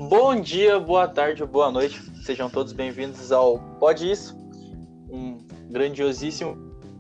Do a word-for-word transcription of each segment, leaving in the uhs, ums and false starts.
Bom dia, boa tarde, boa noite. Sejam todos bem-vindos ao Pode Isso, um grandiosíssimo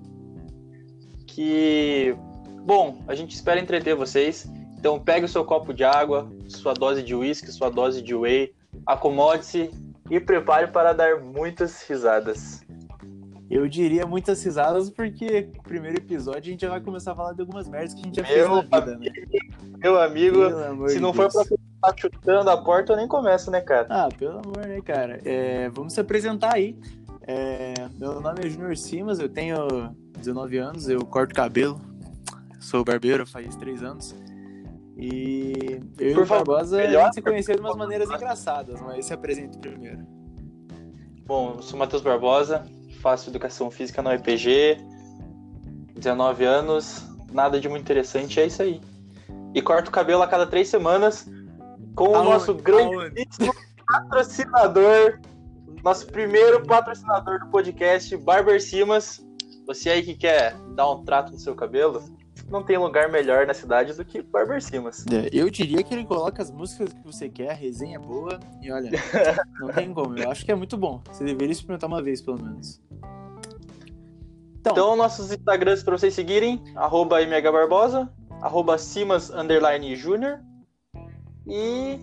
que, bom, a gente espera entreter vocês. Então pegue o seu copo de água, sua dose de uísque, sua dose de whey, acomode-se e prepare para dar muitas risadas. Eu diria muitas risadas porque no primeiro episódio a gente já vai começar a falar de algumas merdas que a gente já Meu fez na vida, amigo, né? Meu amigo, se de não Deus. for pra estar chutando a porta, eu nem começo, né, cara? Ah, pelo amor, né, cara? É, vamos se apresentar aí. É, meu nome é Júnior Simas, eu tenho dezenove anos, eu corto cabelo, sou barbeiro faz três anos. E eu Por e o favor, Barbosa a melhor- gente se conheceu de umas maneiras engraçadas, mas se apresente primeiro. Bom, eu sou Matheus Barbosa, faço Educação Física na U E P G, dezenove anos, nada de muito interessante, é isso aí. E corto o cabelo a cada três semanas com o Aonde? nosso grandíssimo patrocinador, nosso primeiro patrocinador do podcast, Barber Simas. Você aí que quer dar um trato no seu cabelo, não tem lugar melhor na cidade do que Barber Simas. É, eu diria que ele coloca as músicas que você quer, a resenha é boa, e olha, não tem como, eu acho que é muito bom. Você deveria experimentar uma vez, pelo menos. Então, Então, nossos Instagrams para vocês seguirem, arroba mhbarbosa, arroba simas, underline júnior. E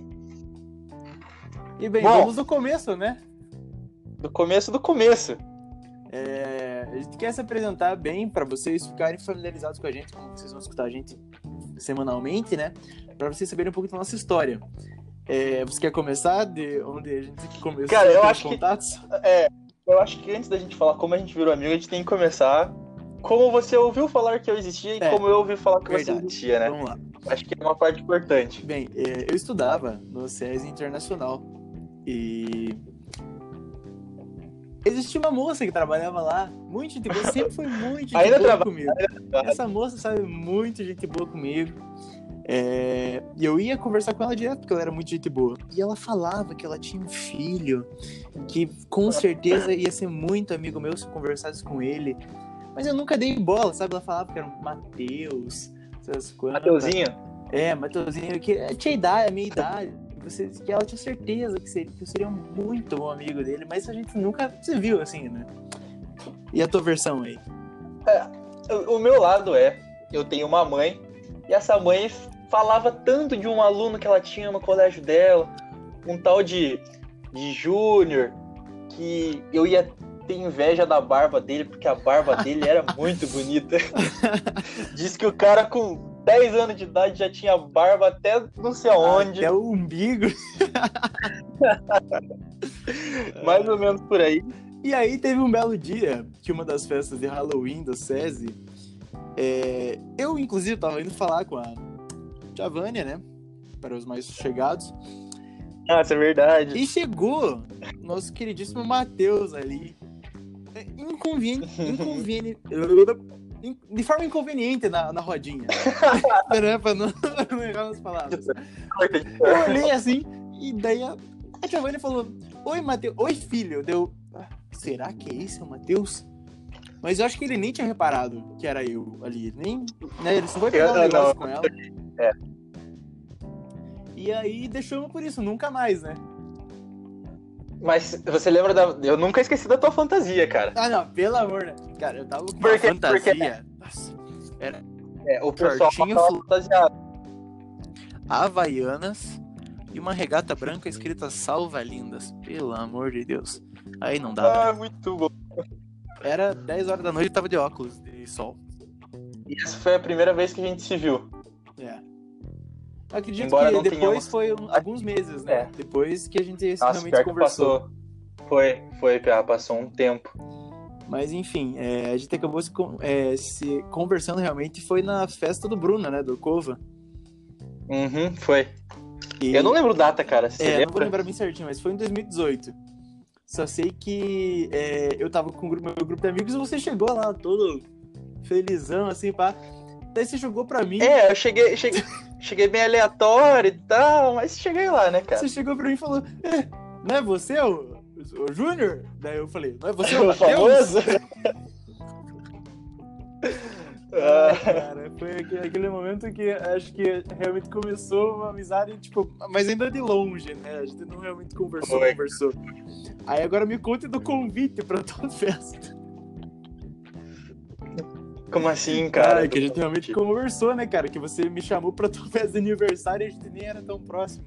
e bem, bom. vamos do começo, né? do começo do começo. É, a gente quer se apresentar bem para vocês ficarem familiarizados com a gente, como vocês vão escutar a gente semanalmente, né? Para vocês saberem um pouco da nossa história. É, você quer começar de onde a gente começou Cara, eu a ter acho que- contatos? Eu acho que antes da gente falar como a gente virou amigo, a gente tem que começar como você ouviu falar que eu existia e É, como eu ouvi falar que verdade. você existia, né? Vamos lá. Acho que é uma parte importante. Bem, é, eu estudava no SESI Internacional e existia uma moça que trabalhava lá, muito gente boa, sempre foi muito gente Ainda boa trabalha, comigo. Essa moça, sabe, muito gente boa comigo. É, e eu ia conversar com ela direto, porque ela era muito gente boa. E ela falava que ela tinha um filho, que com certeza ia ser muito amigo meu se eu conversasse com ele. Mas eu nunca dei bola, sabe? Ela falava que era um Matheus, essas coisas. Mateuzinho, É, Matheusinho, que tinha idade, a minha idade. Você, que ela tinha certeza que, seria, que eu seria um muito bom amigo dele, mas a gente nunca se viu assim, né? E a tua versão aí? o o meu lado é, eu tenho uma mãe, e essa mãe falava tanto de um aluno que ela tinha no colégio dela, um tal de, de Júnior, que eu ia ter inveja da barba dele, porque a barba dele era muito bonita. Diz que o cara com dez anos de idade já tinha barba até não sei aonde, Até o umbigo. mais ou menos por aí. E aí teve um belo dia, que uma das festas de Halloween do SESI, é, eu inclusive tava indo falar com a tia Vânia, né? Para os mais chegados. Nossa, é verdade. E chegou nosso queridíssimo Matheus ali. Inconveniente. Inconveniente. De forma inconveniente na, na rodinha. Né, pra não, não errar nas palavras. Eu olhei assim, e daí a, a tia Vânia falou: Oi, Matheus. Oi, filho. Deu. "Ah, será que é esse o Matheus? Mas eu acho que ele nem tinha reparado que era eu ali. Nem, né, ele só foi pegar um Eu- negócio não. com ela. É. E aí deixou por isso, nunca mais, né? Mas você lembra da... Eu nunca esqueci da tua fantasia, cara. Ah, não, pelo amor, né? Cara, eu tava com uma Porque- fantasia. Nossa, era É, o pessoal Shortinho tava flu- fantasiado. Havaianas e uma regata branca escrita Salva Lindas. Pelo amor de Deus. Aí não dava. Ah, muito bom. Era dez horas da noite e tava de óculos de sol. E essa foi a primeira vez que a gente se viu. É. Acredito Embora que não depois tenhamos- foi um- alguns meses, né? É. Depois que a gente Nossa, realmente pior que conversou. passou. Foi, foi, Pia, passou um tempo. Mas enfim, é, a gente acabou se, con- é, se conversando realmente. Foi na festa do Bruno, né? Do Cova. Uhum, foi. E... Eu não lembro data, cara. Você É, não vou lembra? lembrar bem certinho, mas foi em dois mil e dezoito. Só sei que é, eu tava com o grupo- meu grupo de amigos e você chegou lá todo felizão, assim, pá. Daí você jogou pra mim, É, eu cheguei, cheguei, cheguei bem aleatório e tal, mas cheguei lá, né, cara? você chegou pra mim e falou: é, não é você o, o Júnior? Daí eu falei: não é você o O Matheus? famoso? Ah, cara. Foi aquele, aquele momento que acho que realmente começou uma amizade, tipo, mas ainda de longe, né? A gente não realmente conversou, Foi. conversou. Aí agora me conte do convite pra tua festa. Como assim, cara? Ah, que a gente realmente conversou, né, cara? Que você me chamou pra tua festa de aniversário e a gente nem era tão próximo.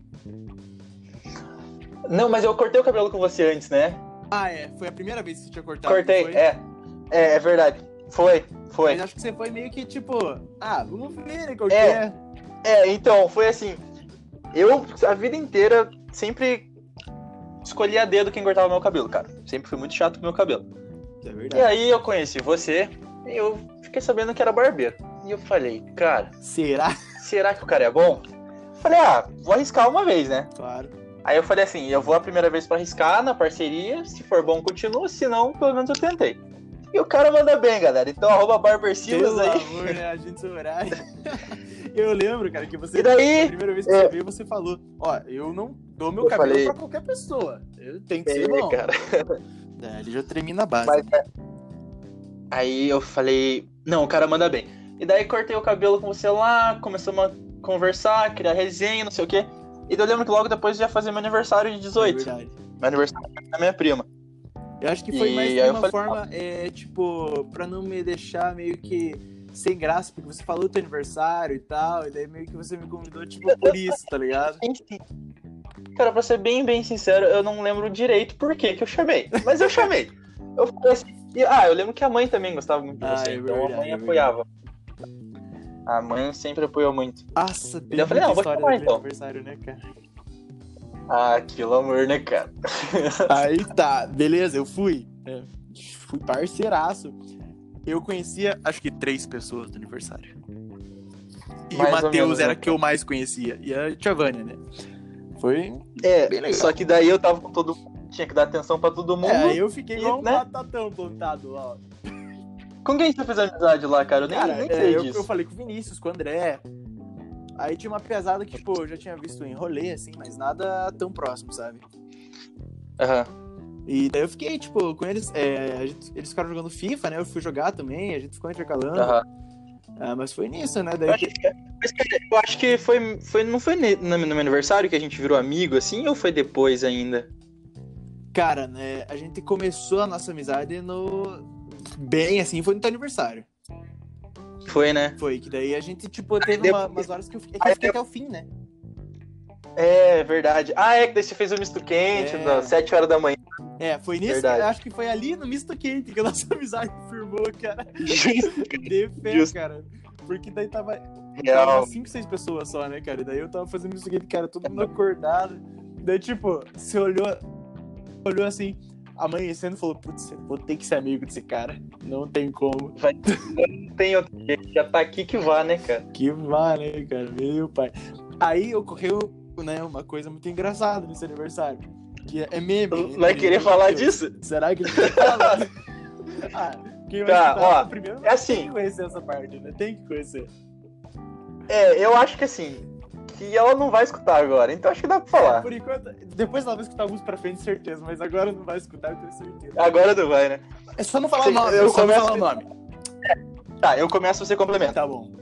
Não, mas eu cortei o cabelo com você antes, né? Ah, é. Foi a primeira vez que você tinha cortado. Cortei, foi? é. É, é verdade. Foi, foi. Mas acho que você foi meio que tipo, ah, vamos ver, né, qual que é. É, então, foi assim. Eu, a vida inteira, sempre escolhi a dedo quem cortava meu cabelo, cara. Sempre fui muito chato com meu cabelo. É E verdade. aí eu conheci você e eu fiquei sabendo que era barbeiro. E eu falei, cara, Será? será que o cara é bom? Falei, ah, vou arriscar uma vez, né? Claro. Aí eu falei assim, eu vou a primeira vez pra arriscar na parceria, se for bom, continuo, se não, pelo menos eu tentei. E o cara manda bem, galera. Então, arroba Barber Silas Pelo aí. amor, né, a gente horário. Eu lembro, cara, que você, E daí, a primeira vez que é... você veio, você falou, ó, eu não dou meu eu cabelo falei... pra qualquer pessoa. Eu tenho que é, ser bom. cara. É, ele já tremi na base. Mas, é... Aí eu falei, não, o cara manda bem. E daí cortei o cabelo com você lá, começamos a conversar, criar resenha, não sei o quê. E daí eu lembro que logo depois eu ia fazer meu aniversário de dezoito. É verdade. Meu aniversário da minha prima. Eu acho que foi E mais de aí eu uma falei, forma, é, tipo, pra não me deixar meio que sem graça, porque você falou do teu aniversário e tal, e daí meio que você me convidou, tipo, por isso, tá ligado? Cara, pra ser bem, bem sincero, eu não lembro direito por que que eu chamei. Mas eu chamei. Eu falei assim, e, ah, eu lembro que a mãe também gostava muito de Ah, você, é então verdade, a mãe é apoiava. A mãe sempre apoiou muito. Nossa, tem eu falei, muita não, vou história chamar, daquele então. aniversário, né, cara? Ah, aquilo amor, né, cara? Aí tá, beleza, eu fui. É, fui parceiraço. Eu conhecia, acho que três pessoas do aniversário. E Mais o ou Matheus menos, era né, que eu mais conhecia. E a Tia Vânia, né? Foi É, bem legal. só que daí eu tava com todo mundo, tinha que dar atenção pra todo mundo. É, aí eu fiquei e, igual um né? batatão plantado lá. Com quem você fez amizade lá, cara? Eu nem, Cara, nem é, sei eu, disso. eu falei com o Vinícius, com o André. Aí tinha uma pesada que, tipo, eu já tinha visto em rolê, assim, mas nada tão próximo, sabe? Aham. E daí eu fiquei, tipo, com eles. É, a gente- eles ficaram jogando FIFA, né? Eu fui jogar também, a gente ficou intercalando. Aham. Ah, mas foi nisso, né? Eu Daí acho, que- mas, cara, eu acho que foi, foi. Não foi ne- no, no meu aniversário que a gente virou amigo, assim, ou foi depois ainda? Cara, né, a gente começou a nossa amizade no... Bem, assim, foi no teu aniversário. Foi, né? Foi, que daí a gente, tipo, teve depois- uma- umas horas que eu fiquei, que eu fiquei até o fim, né? É, verdade. Ah, é que daí você fez o misto quente, É. das sete horas da manhã. É, foi nisso, que, Verdade. acho que foi ali no Misto Quente que a nossa amizade firmou, cara. De fé, Justo. cara. Porque daí tava, Real. tava cinco, seis pessoas só, né, cara? E daí eu tava fazendo Misto Quente, cara, todo mundo acordado. Daí, tipo, você olhou, olhou assim, amanhecendo e falou, putz, eu vou ter que ser amigo desse cara. Não tem como. Vai... Não tem outro jeito. Já tá aqui que vá, né, cara? Que vale, né, cara? Meu pai. Aí ocorreu, né, uma coisa muito engraçada nesse aniversário. Que é meme. Vai entre querer eu e falar Matheus. disso? Será que ele vai falar? Ah, quem vai Tá, escutar ó, primeiro é assim. tem que conhecer essa parte, né? Tem que conhecer. É, eu acho que assim, que ela não vai escutar agora, então acho que dá pra falar. Por enquanto, depois ela vai escutar a música pra frente, certeza, mas agora não vai escutar, eu tenho certeza. Agora não vai, né? É só não falar Sim, o nome, eu é só começo- não falar o nome. Tá, eu começo, você complementa. Tá bom.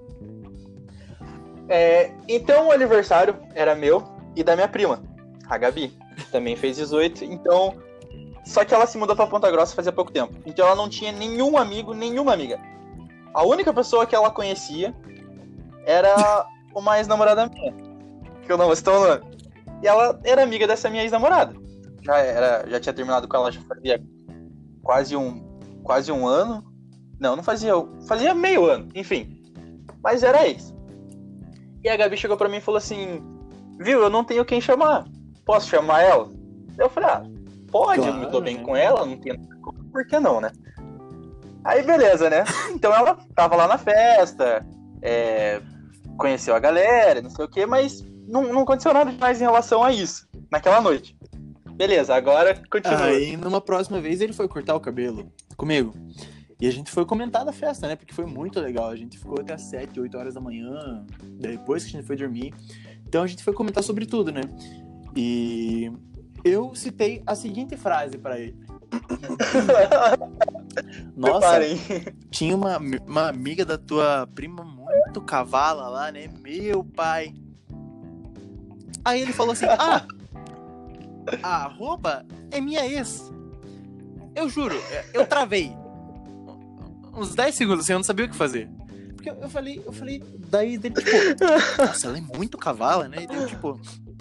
É, então o aniversário era meu e da minha prima, a Gabi. Também fez dezoito, então... Só que ela se mudou pra Ponta Grossa fazia pouco tempo. Então ela não tinha nenhum amigo, nenhuma amiga. A única pessoa que ela conhecia era uma ex-namorada minha. Que eu não vou citar o nome. E ela era amiga dessa minha ex-namorada. Já, era, já tinha terminado com ela, já fazia quase um, quase um ano. Não, não fazia... Fazia meio ano, enfim. Mas era ex. E a Gabi chegou pra mim e falou assim... Viu, eu não tenho quem chamar. Posso chamar ela? Eu falei, ah, pode, eu me Claro, dou bem né? com ela, não tem por que não, né? Aí beleza, né? Então ela tava lá na festa, é, conheceu a galera, não sei o que, mas não, não aconteceu nada demais em relação a isso, naquela noite. Beleza, agora continua. Aí, numa próxima vez, ele foi cortar o cabelo comigo. E a gente foi comentar da festa, né? Porque foi muito legal. A gente ficou até as sete, oito horas da manhã, depois que a gente foi dormir. Então a gente foi comentar sobre tudo, né? E eu citei a seguinte frase pra ele. Nossa, Preparem. tinha uma, uma amiga da tua prima muito cavala lá, né? Meu pai. Aí ele falou assim, ah, a arroba é minha ex. Eu juro, eu travei. Uns dez segundos, assim, eu não sabia o que fazer. Porque eu, eu falei, eu falei, daí dele, tipo, nossa, ela é muito cavala, né? E daí, tipo...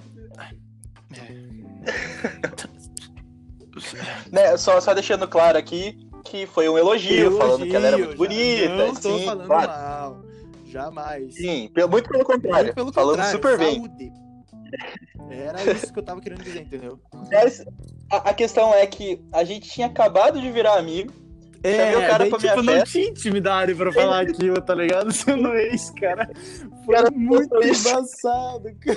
Né, só, só deixando claro aqui que foi um elogio, Elogio, falando que ela era muito já bonita. não tô sim, falando claro. mal. Jamais. Sim, pelo- muito pelo contrário. Muito pelo falando contrário, super bem. saúde. Era isso que eu tava querendo dizer, entendeu? Mas a, a questão é que a gente tinha acabado de virar amigo. Chamei o cara daí, pra tipo, minha não festa. tinha intimidade pra falar aquilo, tá ligado? Sendo ex, cara. Foi Cara, muito isso. embaçado, cara.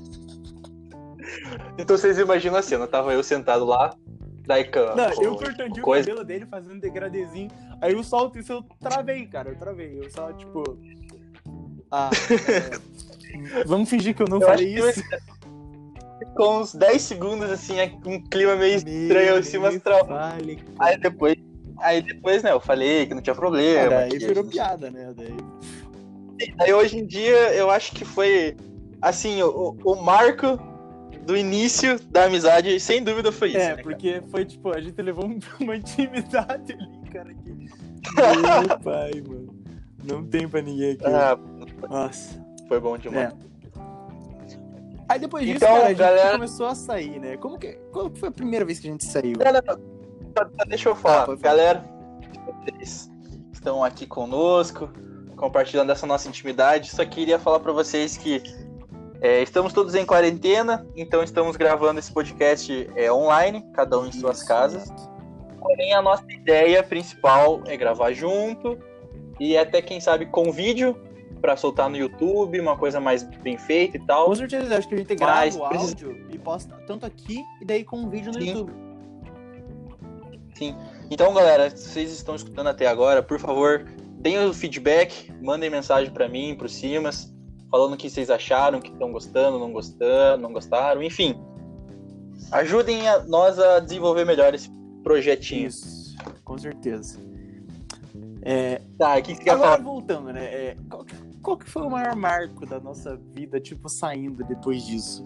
Então vocês imaginam a cena, tava eu sentado lá, daí com, Não, com- eu cortando o coisa. cabelo dele, fazendo degradezinho. Aí eu solto isso, eu travei, cara. Eu travei. Eu só, tipo. Ah, é, vamos fingir que eu não Eu falei acho que isso. com uns dez segundos, assim, um clima meio estranho Meu, assim, nem mas me tra- fale, cara. Aí depois, aí depois, né, eu falei que não tinha problema. Ah, daí que a virou gente- piada, né? Daí... Aí hoje em dia eu acho que foi assim, o, o marco do início da amizade, sem dúvida foi isso. É, né, cara? porque foi tipo, a gente levou uma intimidade ali, cara. Que... Meu pai, mano. Não tem pra ninguém aqui. Ah, Nossa. foi bom demais. É. Aí depois disso, Então, cara, a gente galera- começou a sair, né? Como que, qual que foi a primeira vez que a gente saiu? Não, não, não. Só- só Deixa eu falar, Ah, pode falar. galera, vocês estão aqui conosco, compartilhando essa nossa intimidade. Só queria falar pra vocês que é, estamos todos em quarentena, então estamos gravando esse podcast é, online, cada um em suas Isso, casas. exato. Porém, a nossa ideia principal é gravar junto e até, quem sabe, com vídeo pra soltar no YouTube, uma coisa mais bem feita e tal. Com certeza, acho que a gente grava Mas o precisa- áudio e posta tanto aqui e daí com um vídeo no Sim. YouTube. Sim. Então, galera, se vocês estão escutando até agora, por favor, deem o feedback, mandem mensagem pra mim, pro Simas, falando o que vocês acharam, que estão gostando, não gostando, não gostaram, enfim. Ajudem a nós a desenvolver melhor esse projetinho. Isso, com certeza. É, Tá, o que você quer agora falar? voltando, né? É, qual, que- qual que foi o maior marco da nossa vida, tipo, saindo depois disso?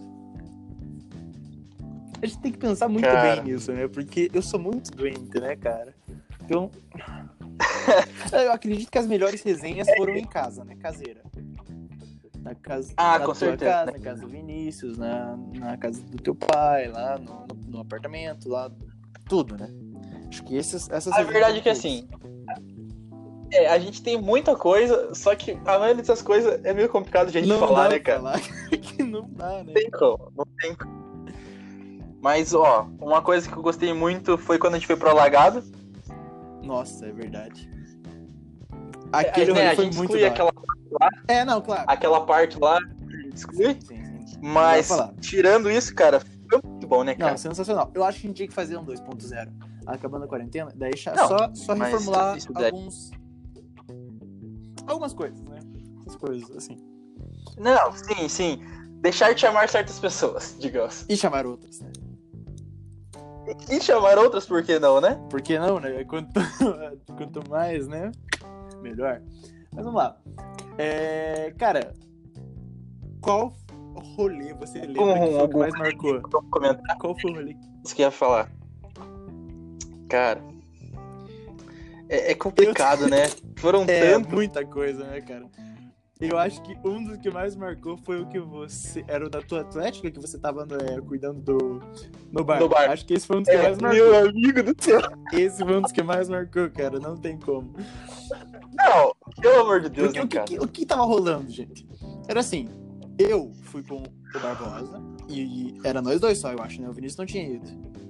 A gente tem que pensar muito Cara. bem nisso, né? Porque eu sou muito doente, né, cara? Então. Eu acredito que as melhores resenhas foram em casa, né? Caseira. Na casa, Ah, na com tua certeza, casa, né? na casa do Vinícius, na, na casa do teu pai, lá no, no, no apartamento, lá. Tudo, né? Acho que esses, essas A resenhas verdade é que foram assim, é, a gente tem muita coisa, só que a maioria dessas coisas é meio complicado de a gente não falar, dá né, pra cara? falar que não dá, né? Não tem como, não tem como. Mas, ó, uma coisa que eu gostei muito foi quando a gente foi pro Alagado. Nossa, é verdade. Aquele É, né, rolê a foi gente muito exclui da hora. aquela, É, não, claro. aquela parte lá, a gente exclui. Sim, sim, sim. Mas, Não dá pra falar. tirando isso, cara, foi muito bom, né, Não, cara? sensacional. Eu acho que a gente tinha que fazer um dois ponto zero. Acabando a quarentena, daí cha- Não, só, só mas reformular isso daí- alguns. Algumas coisas, né? Essas coisas, assim. Não, sim, sim. Deixar de chamar certas pessoas, digamos. E chamar outras, né? E chamar outras, por que não, né? Por que não, né? Quanto, quanto mais, né? Melhor. Mas vamos lá. É, cara, qual rolê você lembra Um- que foi o que algum- mais marcou? Vamos comentar Qual foi o rolê? isso que eu ia falar. Cara, é, é complicado, né? Foram É, tantos. muita coisa, né, cara? Eu acho que um dos que mais marcou foi o que você... Era o da tua Atlética, que você tava é, cuidando do... No bar. No bar. Acho que esse foi um dos que É, mais marcou. meu amigo do céu. Esse foi um dos que mais marcou, cara. Não tem como. Não, pelo amor de Deus, Porque né, o que, cara? que- o que tava rolando, gente? Era assim, eu fui com o Barbosa e, e era nós dois só, eu acho, né? O Vinícius não tinha ido.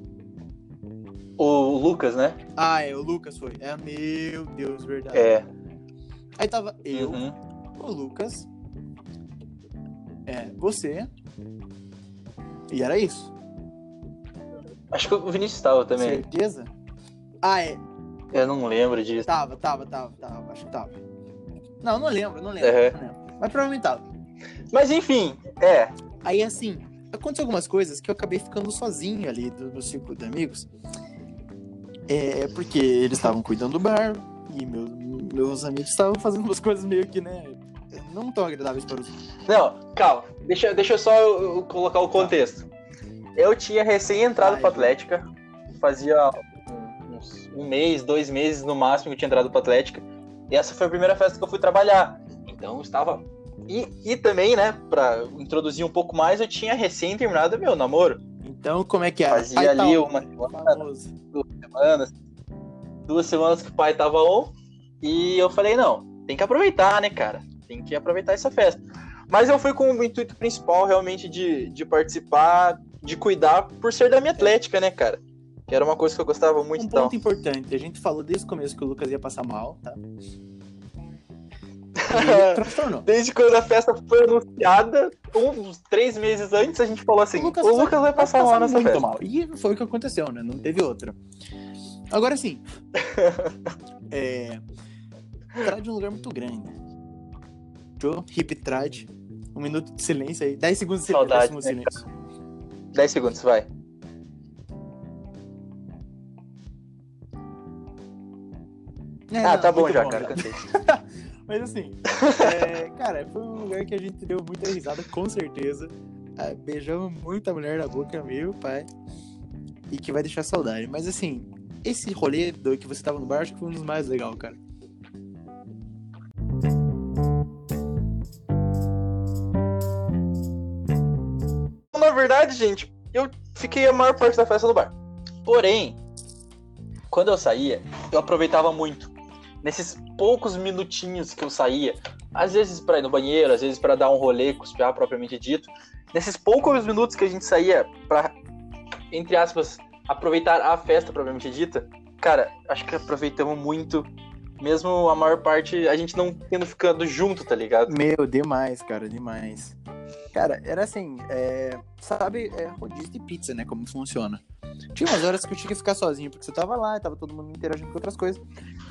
O Lucas, né? Ah, é, o Lucas foi. É, meu Deus, verdade. É. Aí tava eu, Uhum. o Lucas, é, você, e era isso. Acho que o Vinícius estava também. Certeza? Ah, é. Eu não lembro disso. Tava, tava, tava, tava. Acho que tava. Não, não lembro, não lembro. Uhum. Não lembro. Mas provavelmente tava. Mas enfim, é. Aí, assim, aconteceu algumas coisas que eu acabei ficando sozinho ali do meu círculo de amigos. É porque eles estavam cuidando do bar e meus, meus amigos estavam fazendo umas coisas meio que, né, não tão agradáveis para os... Não, calma. Deixa, deixa eu só eu, eu colocar o contexto. Eu tinha recém entrado Ai, pra Atlética. Fazia um, uns, um mês, dois meses no máximo que eu tinha entrado pra Atlética. E essa foi a primeira festa que eu fui trabalhar. Então eu estava... E, e também, né, pra introduzir um pouco mais, eu tinha recém terminado meu namoro. Então, como é que era? Fazia Pai ali tá uma on, semana, famoso. duas semanas. Duas semanas que o pai tava on. E eu falei, não, tem que aproveitar, né, cara? Tem que aproveitar essa festa. Mas eu fui com o intuito principal, realmente, de, de participar, de cuidar, por ser da minha Atlética, né, cara? Que era uma coisa que eu gostava muito. Um então. ponto importante, a gente falou desde o começo que o Lucas ia passar mal, tá? E ele transtornou. Desde quando a festa foi anunciada, uns três meses antes, a gente falou assim, o Lucas, o Lucas vai passar mal nessa muito festa. Mal. E foi o que aconteceu, né? Não teve outra. Agora sim. é... Trad é um lugar muito grande. Show, hip trad. Um minuto de silêncio aí. dez segundos de silêncio. Saudade, dez segundos de silêncio. dez segundos, vai. É, ah, não, tá bom já, bom, cara, já. cansei. Mas assim, é, cara, foi um lugar que a gente deu muita risada, com certeza. Ah, beijamos muita mulher na boca, meu pai. E que vai deixar saudade. Mas assim, esse rolê do que você tava no bar, acho que foi um dos mais legais, cara. Na verdade, gente, eu fiquei a maior parte da festa no bar. Porém, quando eu saía, eu aproveitava muito. Nesses poucos minutinhos que eu saía, às vezes pra ir no banheiro, às vezes pra dar um rolê, cuspiar propriamente dito, nesses poucos minutos que a gente saía pra, entre aspas, aproveitar a festa propriamente dita, cara, acho que aproveitamos muito, mesmo a maior parte, a gente não tendo ficando junto, tá ligado? Meu, demais, cara, demais. Cara, era assim, é, sabe, é, rodízio de pizza, né, como funciona. Tinha umas horas que eu tinha que ficar sozinho, porque você tava lá, tava todo mundo interagindo com outras coisas.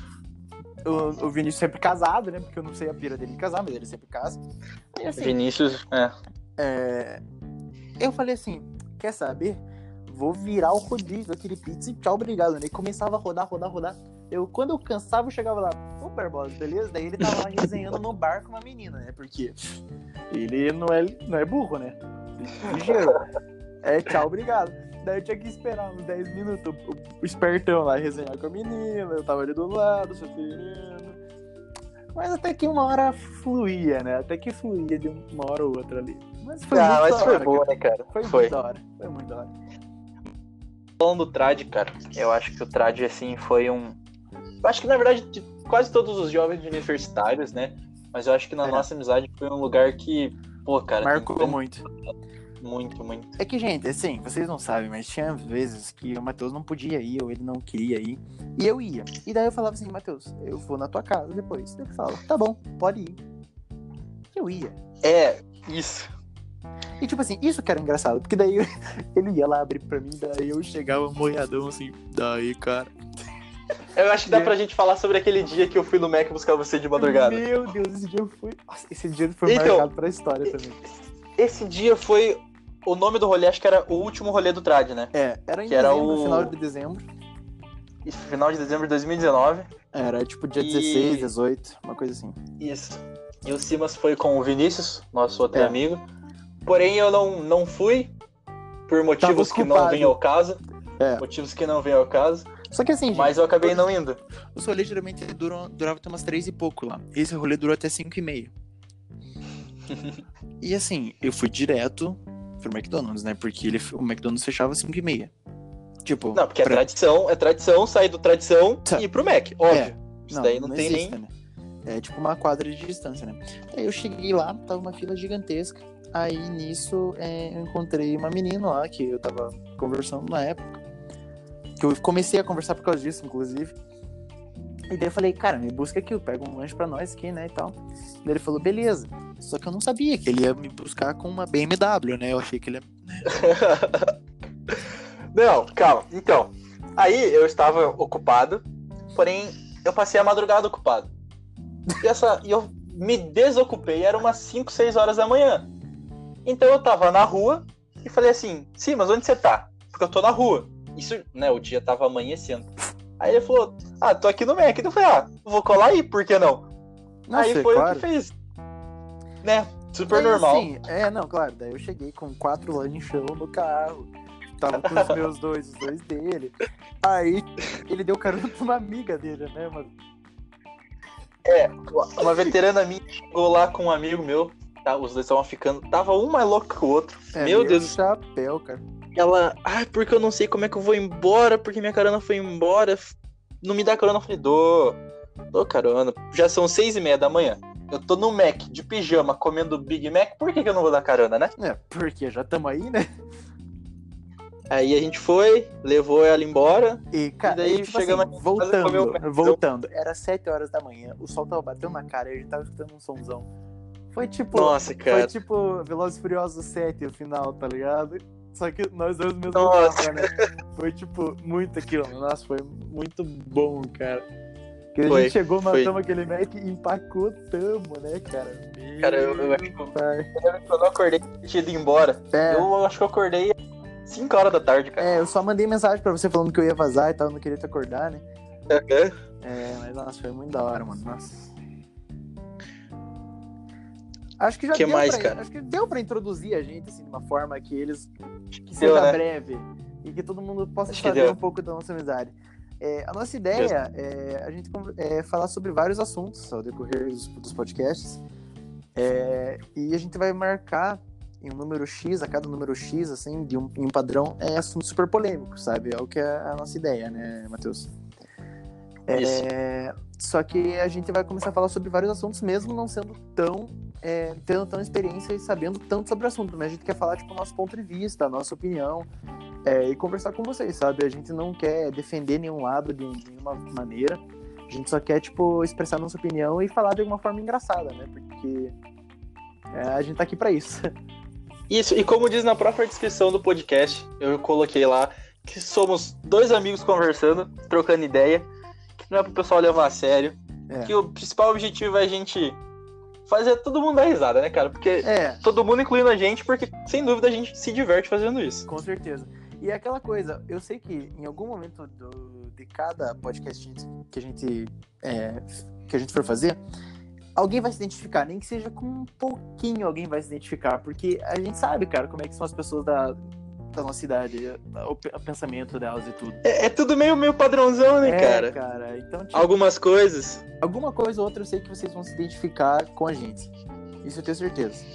O, o Vinícius sempre casado, né, porque eu não sei a pira dele de casar, mas ele sempre casa. E assim, Vinícius, é. é, eu falei assim, quer saber? Vou virar o rodízio daquele pizza e tchau, obrigado, né, e começava a rodar, rodar, rodar. Eu, quando eu cansava, eu chegava lá, ô Barbosa, beleza? Daí ele tava lá resenhando no bar com uma menina, né, porque ele não é, não é burro, né, ligeiro. É, tchau, obrigado. Daí eu tinha que esperar uns dez minutos o, o, o espertão lá resenhar com a menina, eu tava ali do lado, sofrendo. Mas até que uma hora fluía, né? Até que fluía de uma hora ou outra ali. Mas foi ah, muito mas da foi hora, boa, cara. né, cara? Foi, Foi muito da hora. Foi muito da hora. Falando do trad, cara, eu acho que o trad, assim, foi um... Eu acho que, na verdade, de quase todos os jovens universitários, né? Mas eu acho que na É. nossa amizade foi um lugar que, pô, cara... Marcou tem... muito. Muito, muito. É que, gente, assim, vocês não sabem, mas tinha vezes que o Matheus não podia ir, ou ele não queria ir, e eu ia. E daí eu falava assim, Matheus, eu vou na tua casa depois. Ele falava, tá bom, pode ir. Eu ia. É, isso. E tipo assim, isso que era engraçado, porque daí ele ia lá abrir pra mim, daí eu chegava molhadão assim, daí, cara. Eu acho que dá É. pra gente falar sobre aquele dia que eu fui no Mac buscar você de madrugada. Meu Deus, esse dia foi. Nossa, esse dia foi Então, marcado pra história também. Esse dia foi... O nome do rolê, acho que era o último rolê do trad, né? É, era em Que era dezembro, o- final de dezembro. Isso, final de dezembro de dois mil e dezenove. Era tipo dia E- dezesseis, dezoito, uma coisa assim. Isso. E o Simas foi com o Vinícius, nosso outro É. amigo. Porém, eu não, não fui, por motivos Tava que não ocupado. vêm ao caso. É. Motivos que não vêm ao caso. Só que assim, gente, Mas eu acabei não indo. os rolês geralmente duram, duravam até umas três e pouco lá. Esse rolê durou até cinco e meia. E assim, eu fui direto pro McDonald's, né? Porque ele, o McDonald's fechava às cinco e meia. Tipo, Não, porque é pra- tradição, é tradição sair do tradição Tá. e ir pro Mac, óbvio. É. Isso daí não, tem existe, nem... né? É tipo uma quadra de distância, né? Aí eu cheguei lá, tava uma fila gigantesca. Aí nisso é, eu encontrei uma menina lá que eu tava conversando na época. Que eu comecei a conversar por causa disso, inclusive. E daí eu falei, cara, me busca aqui, eu pego um lanche pra nós aqui, né, e tal. Daí ele falou, beleza. Só que eu não sabia que ele ia me buscar com uma B M W, né? Eu achei que ele ia... Não, calma. Então, aí eu estava ocupado, porém eu passei a madrugada ocupado. E, essa, e eu me desocupei, era umas cinco, seis horas da manhã. Então eu tava na rua e falei assim, sim, mas onde você tá? Porque eu tô na rua. Isso, né, o dia tava amanhecendo. Aí ele falou, ah, tô aqui no Mac. Eu falei, ah, vou colar aí, por que não? Nossa, aí foi claro. o que fez. Né? Super Daí, normal. Assim, é, não, claro. Daí eu cheguei com quatro lanchão no carro. Tava com os meus dois, os dois dele. Aí ele deu carona pra uma amiga dele, né, mano? É, uma veterana minha chegou lá com um amigo meu. Tá, os dois estavam ficando. Tava um mais louco que o outro. É, meu meio Deus. chapéu, cara. Ela, ai, porque eu não sei como é que eu vou embora, porque minha carona foi embora. Não me dá carona. Eu falei, dou, dou carona. Já são seis e meia da manhã. Eu tô no Mac, de pijama, comendo Big Mac. Por que, que eu não vou dar carona, né? É, porque já tamo aí, né? Aí a gente foi, levou ela embora. E, cara, E daí e, tipo chegamos assim, em casa, comeu voltando, o voltando. Era sete horas da manhã, o sol tava batendo na cara e a gente tava escutando um somzão. Foi tipo. Nossa, cara. Foi tipo Velozes e Furiosos sete o final, tá ligado? Só que nós dois no mesmo Nossa. lugar, né? Foi tipo, muito aquilo. Nossa, foi muito bom, cara. Que a Foi, gente chegou, foi. matamos aquele Mac e empacotamos, né, cara? Meu Cara, eu, eu acho que eu, pai. eu não acordei, eu tinha ido embora. É. Eu acho que eu acordei cinco horas da tarde, cara. É, eu só mandei mensagem pra você falando que eu ia vazar e tal, não queria te acordar, né? É. É, mas nossa, foi muito da hora, mano. Nossa. Acho que já Que deu mais, pra, cara? acho que deu pra introduzir a gente assim de uma forma que eles que Deu, seja né? breve e que todo mundo possa Acho que saber deu. um pouco da nossa amizade. É, a nossa ideia é a gente é, falar sobre vários assuntos ao decorrer dos, dos podcasts. É, e a gente vai marcar em um número X, a cada número X, assim, de um, em um padrão, é assunto super polêmico, sabe? É o que é a nossa ideia, né, Matheus? É, só que a gente vai começar a falar sobre vários assuntos, mesmo não sendo tão, é, tendo tão experiência e sabendo tanto sobre o assunto, mas a gente quer falar, tipo, o nosso ponto de vista, a nossa opinião, é, e conversar com vocês, sabe? A gente não quer defender nenhum lado de, de nenhuma maneira, a gente só quer, tipo, expressar nossa opinião e falar de alguma forma engraçada, né? Porque é, a gente tá aqui pra isso. Isso, e como diz na própria descrição do podcast, eu coloquei lá que somos dois amigos conversando, trocando ideia, que não é pro pessoal levar a sério, É. que o principal objetivo é a gente fazer todo mundo dar risada, né, cara? Porque É, todo mundo incluindo a gente, porque sem dúvida a gente se diverte fazendo isso. com certeza. E é aquela coisa, eu sei que em algum momento do, de cada podcast que a gente é, que a gente for fazer, alguém vai se identificar, nem que seja com um pouquinho alguém vai se identificar, porque a gente sabe, cara, como é que são as pessoas da, da nossa cidade, o, o pensamento delas e tudo. É, é tudo meio, meio padrãozão, né, É, cara? cara, então, tipo, Algumas coisas. alguma coisa ou outra eu sei que vocês vão se identificar com a gente. Isso eu tenho certeza.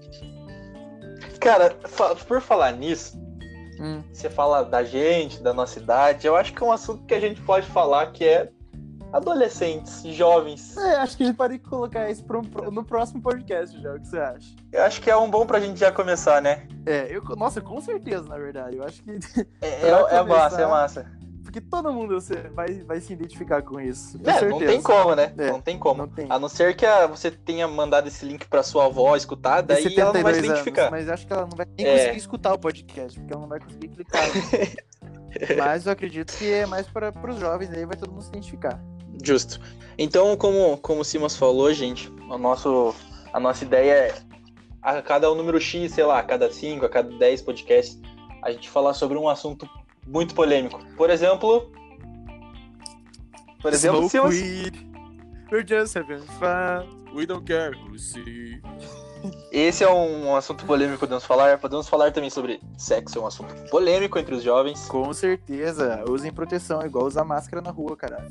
Cara, fa- por falar nisso, Hum. você fala da gente, da nossa idade, eu acho que é um assunto que a gente pode falar que é adolescentes, jovens. É, acho que a gente pode colocar isso pro, pro- no próximo podcast já, o que você acha? Eu acho que é um bom pra gente já começar, né? É, eu, nossa, com certeza, na verdade. Eu acho que. É, Pra é, é começar- massa, é massa. Porque todo mundo você vai, vai se identificar com isso. Com É, certeza. não tem como, né? É, não tem como. não tem. A não ser que a- você tenha mandado esse link pra sua avó escutar, De daí ela não vai se setenta e dois identificar. anos, mas eu acho que ela não vai nem É. conseguir escutar o podcast, porque ela não vai conseguir clicar. Mas eu acredito que é mais para os jovens, aí vai todo mundo se identificar. Justo. Então, como, como o Simas falou, gente, o nosso, a nossa ideia é a cada um número X, sei lá, a cada cinco, a cada dez podcasts, a gente falar sobre um assunto muito polêmico. Por exemplo... Por exemplo, Smoke Simas... weed, we're just having fun, we don't care who see. Esse é um assunto polêmico, podemos falar. Podemos falar também sobre sexo, é um assunto polêmico entre os jovens. Com certeza, usem proteção, é igual usar máscara na rua, caralho.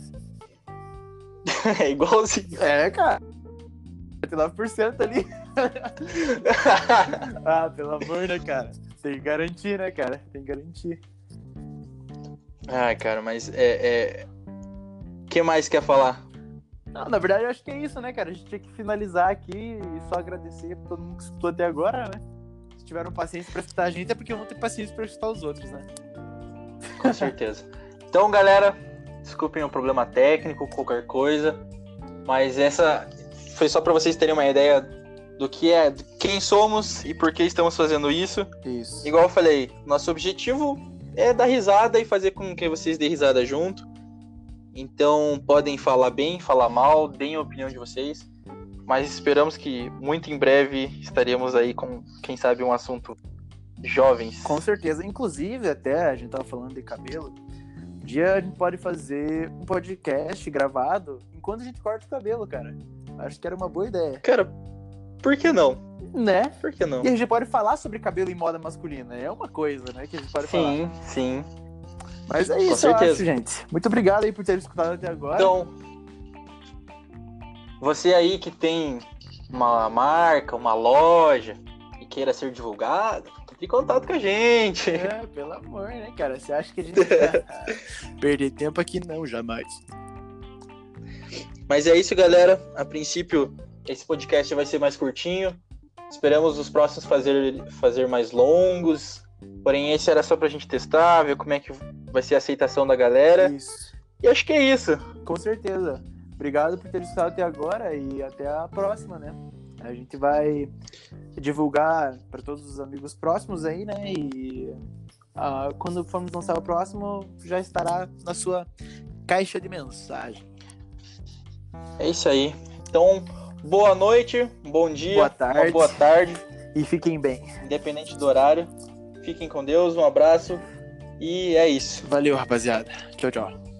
É igualzinho. É, cara. setenta e nove por cento ali. Ah, pelo amor, né, cara? Tem que garantir, né, cara? Tem que garantir. Ai, cara, mas é... é... O que mais quer falar? Não, na verdade, eu acho que é isso, né, cara? A gente tinha que finalizar aqui e só agradecer pra todo mundo que escutou até agora, né? Se tiveram paciência pra escutar a gente, é porque eu vou ter paciência pra escutar os outros, né? Com certeza. Então, galera, desculpem o problema técnico, qualquer coisa, mas essa foi só pra vocês terem uma ideia do que é, de quem somos e por que estamos fazendo isso. Isso. Igual eu falei, nosso objetivo é dar risada e fazer com que vocês dêem risada junto. Então, podem falar bem, falar mal, deem a opinião de vocês, mas esperamos que muito em breve estaremos aí com, quem sabe, um assunto jovens. Com certeza. Inclusive, até a gente tava falando de cabelo. Um dia a gente pode fazer um podcast gravado enquanto a gente corta o cabelo, cara. Acho que era uma boa ideia. Cara, por que não? Né? Por que não? E a gente pode falar sobre cabelo e moda masculina. É uma coisa, né, que a gente pode falar. Sim, sim. Mas é Com isso, eu certeza. acho, gente. Muito obrigado aí por ter escutado até agora. Então, você aí que tem uma marca, uma loja e queira ser divulgado, entre em contato com a gente. É, pelo amor, né, cara? Você acha que a gente vai perder tempo aqui? Não, jamais. Mas é isso, galera. A princípio, esse podcast vai ser mais curtinho. Esperamos os próximos fazer, fazer mais longos. Porém, esse era só pra gente testar, ver como é que vai ser a aceitação da galera. Isso. E acho que é isso. Com certeza. Obrigado por ter escutado até agora e até a próxima, né? A gente vai divulgar para todos os amigos próximos aí, né? E ah, quando formos lançar o próximo, já estará na sua caixa de mensagem. É isso aí. Então, boa noite, bom dia, Boa tarde. uma boa tarde, E fiquem bem. independente do horário. Fiquem com Deus, um abraço e é isso. Valeu, rapaziada. Tchau, tchau.